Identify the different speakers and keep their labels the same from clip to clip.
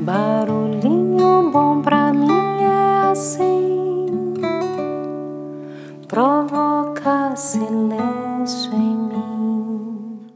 Speaker 1: Barulhinho bom pra mim é assim, provoca silêncio em mim.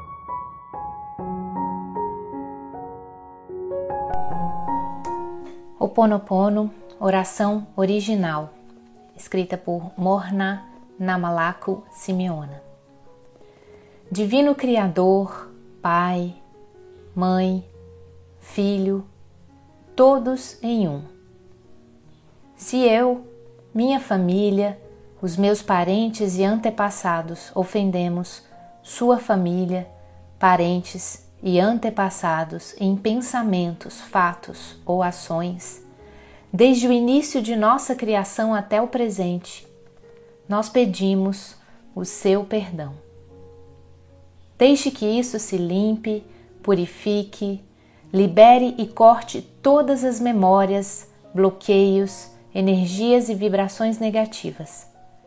Speaker 2: Ho'oponopono, oração original, escrita por Morna Namalaku Simeona. Divino Criador, Pai, Mãe, Filho, todos em um. Se eu, minha família, os meus parentes e antepassados ofendemos sua família, parentes e antepassados em pensamentos, fatos ou ações, desde o início de nossa criação até o presente, nós pedimos o seu perdão. Deixe que isso se limpe, purifique, libere e corte todas as memórias, bloqueios, energias e vibrações negativas.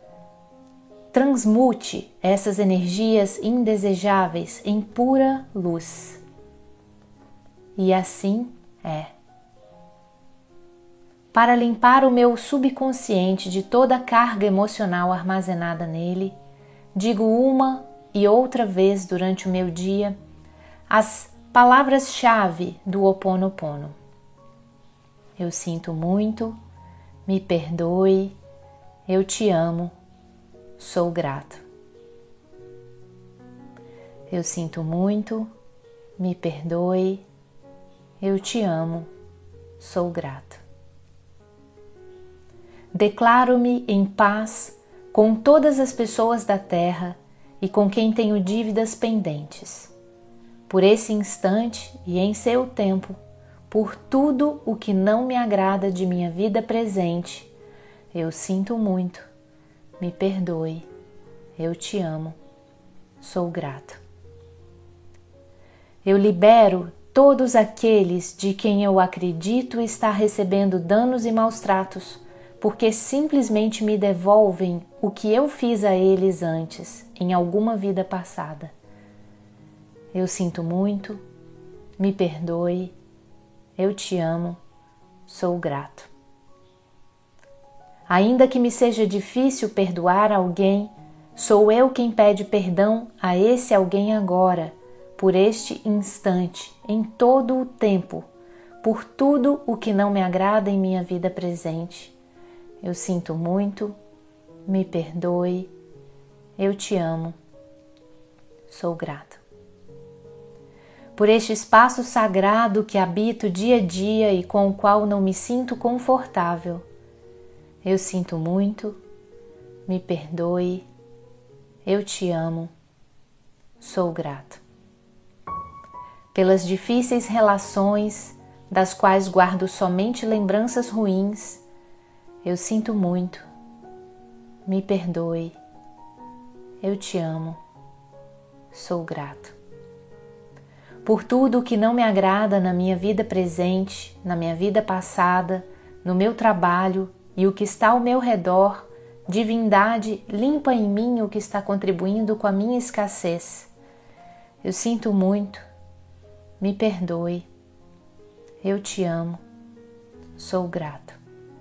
Speaker 2: Transmute essas energias indesejáveis em pura luz. E assim é. Para limpar o meu subconsciente de toda a carga emocional armazenada nele, digo uma e outra vez durante o meu dia as palavras-chave do Ho'oponopono. Eu sinto muito, me perdoe, eu te amo, sou grato. Eu sinto muito, me perdoe, eu te amo, sou grato. Declaro-me em paz com todas as pessoas da Terra e com quem tenho dívidas pendentes. Por esse instante e em seu tempo, por tudo o que não me agrada de minha vida presente, eu sinto muito, me perdoe, eu te amo, sou grato. Eu libero todos aqueles de quem eu acredito estar recebendo danos e maus tratos, porque simplesmente me devolvem o que eu fiz a eles antes, em alguma vida passada. Eu sinto muito, me perdoe, eu te amo, sou grato. Ainda que me seja difícil perdoar alguém, sou eu quem pede perdão a esse alguém agora, por este instante, em todo o tempo, por tudo o que não me agrada em minha vida presente. Eu sinto muito, me perdoe, eu te amo, sou grato. Por este espaço sagrado que habito dia a dia e com o qual não me sinto confortável, eu sinto muito, me perdoe, eu te amo, sou grato. Pelas difíceis relações, das quais guardo somente lembranças ruins, eu sinto muito, me perdoe, eu te amo, sou grato. Por tudo o que não me agrada na minha vida presente, na minha vida passada, no meu trabalho e o que está ao meu redor, divindade, limpa em mim o que está contribuindo com a minha escassez. Eu sinto muito, me perdoe, eu te amo, sou grato.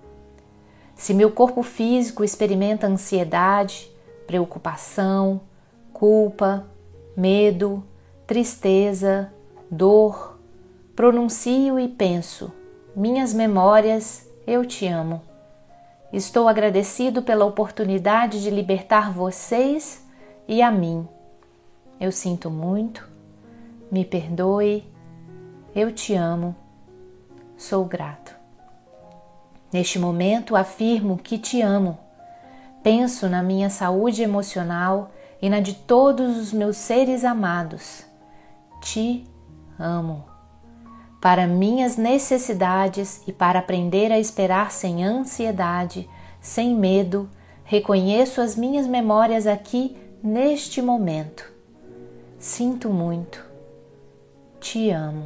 Speaker 2: Se meu corpo físico experimenta ansiedade, preocupação, culpa, medo, tristeza, dor, pronuncio e penso, minhas memórias, eu te amo. Estou agradecido pela oportunidade de libertar vocês e a mim. Eu sinto muito, me perdoe, eu te amo, sou grato. Neste momento afirmo que te amo. Penso na minha saúde emocional e na de todos os meus seres amados. Te amo. Para minhas necessidades e para aprender a esperar sem ansiedade, sem medo, reconheço as minhas memórias aqui neste momento. Sinto muito. Te amo.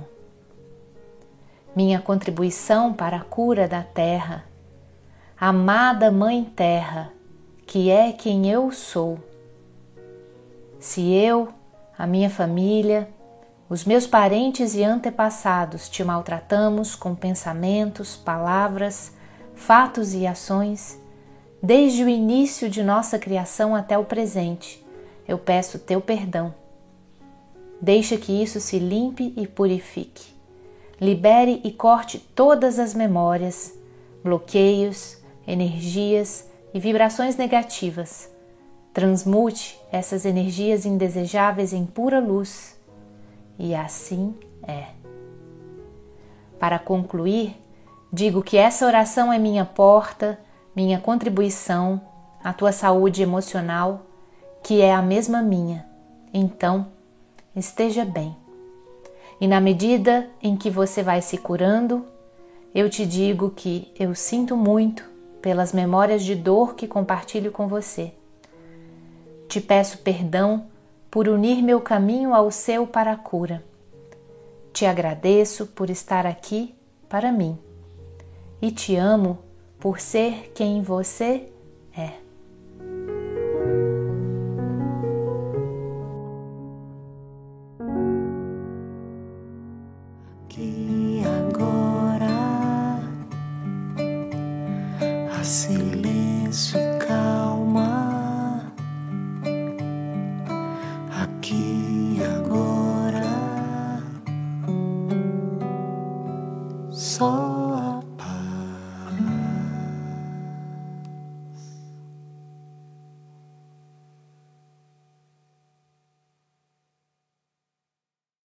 Speaker 2: Minha contribuição para a cura da Terra, amada Mãe Terra, que é quem eu sou. Se eu, a minha família Os meus parentes e antepassados te maltratamos com pensamentos, palavras, fatos e ações. Desde o início de nossa criação até o presente, eu peço teu perdão. Deixa que isso se limpe e purifique. Libere e corte todas as memórias, bloqueios, energias e vibrações negativas. Transmute essas energias indesejáveis em pura luz. E assim é. Para concluir, digo que essa oração é minha porta, minha contribuição à tua saúde emocional, que é a mesma minha. Então, esteja bem. E na medida em que você vai se curando, eu te digo que eu sinto muito pelas memórias de dor que compartilho com você. Te peço perdão por unir meu caminho ao seu para a cura. Te agradeço por estar aqui para mim. E te amo por ser quem você é.